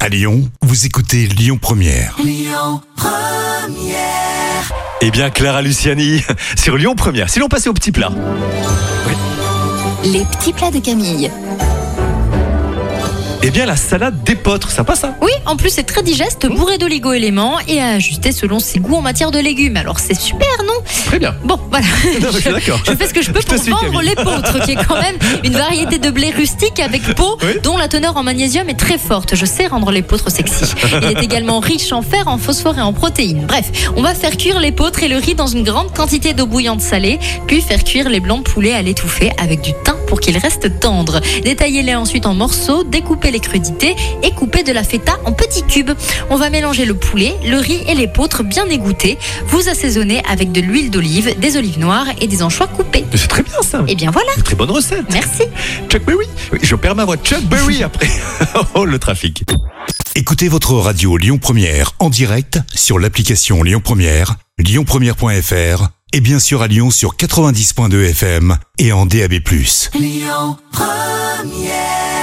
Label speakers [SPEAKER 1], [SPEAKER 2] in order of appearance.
[SPEAKER 1] À Lyon, vous écoutez Lyon Première.
[SPEAKER 2] Lyon Première.
[SPEAKER 3] Eh bien, Clara Luciani, sur Lyon Première. Si l'on passait au petit plat.
[SPEAKER 4] Les petits plats de Camille.
[SPEAKER 3] Eh bien, la salade d'épeautre, ça passe, hein?
[SPEAKER 5] Oui, en plus c'est très digeste, bourré d'oligo-éléments et à ajuster selon ses goûts en matière de légumes. Alors c'est super, non?
[SPEAKER 3] Très bien.
[SPEAKER 5] Bon, voilà.
[SPEAKER 3] Non, je suis d'accord.
[SPEAKER 5] Je fais ce que je peux
[SPEAKER 3] Je te
[SPEAKER 5] pour
[SPEAKER 3] suis,
[SPEAKER 5] vendre
[SPEAKER 3] Camille.
[SPEAKER 5] l'épeautre, qui est quand même une variété de blé rustique avec peau,
[SPEAKER 3] Oui.
[SPEAKER 5] dont la teneur en magnésium est très forte. Je sais rendre l'épeautre sexy. Il est également riche en fer, en phosphore et en protéines. Bref, on va faire cuire l'épeautre et le riz dans une grande quantité d'eau bouillante salée, puis faire cuire les blancs de poulet à l'étouffer avec du thym pour qu'ils restent tendres. Détaillez-les ensuite en morceaux, découpez les crudités et coupez de la feta en petits cubes. On va mélanger le poulet, le riz et l'épeautre bien égouttées. Vous assaisonnez avec de l'huile d'olive, des olives noires et des anchois coupés.
[SPEAKER 3] Mais c'est très bien, ça.
[SPEAKER 5] Et bien voilà.
[SPEAKER 3] Une très bonne recette.
[SPEAKER 5] Merci.
[SPEAKER 3] Chuck Berry. Oui, je perds ma voix. Chuck Berry après. Oh, le trafic.
[SPEAKER 1] Écoutez votre radio Lyon Première en direct sur l'application Lyon Première, lyonpremière.fr et bien sûr à Lyon sur 90.2 FM et en DAB+.
[SPEAKER 2] Lyon Première.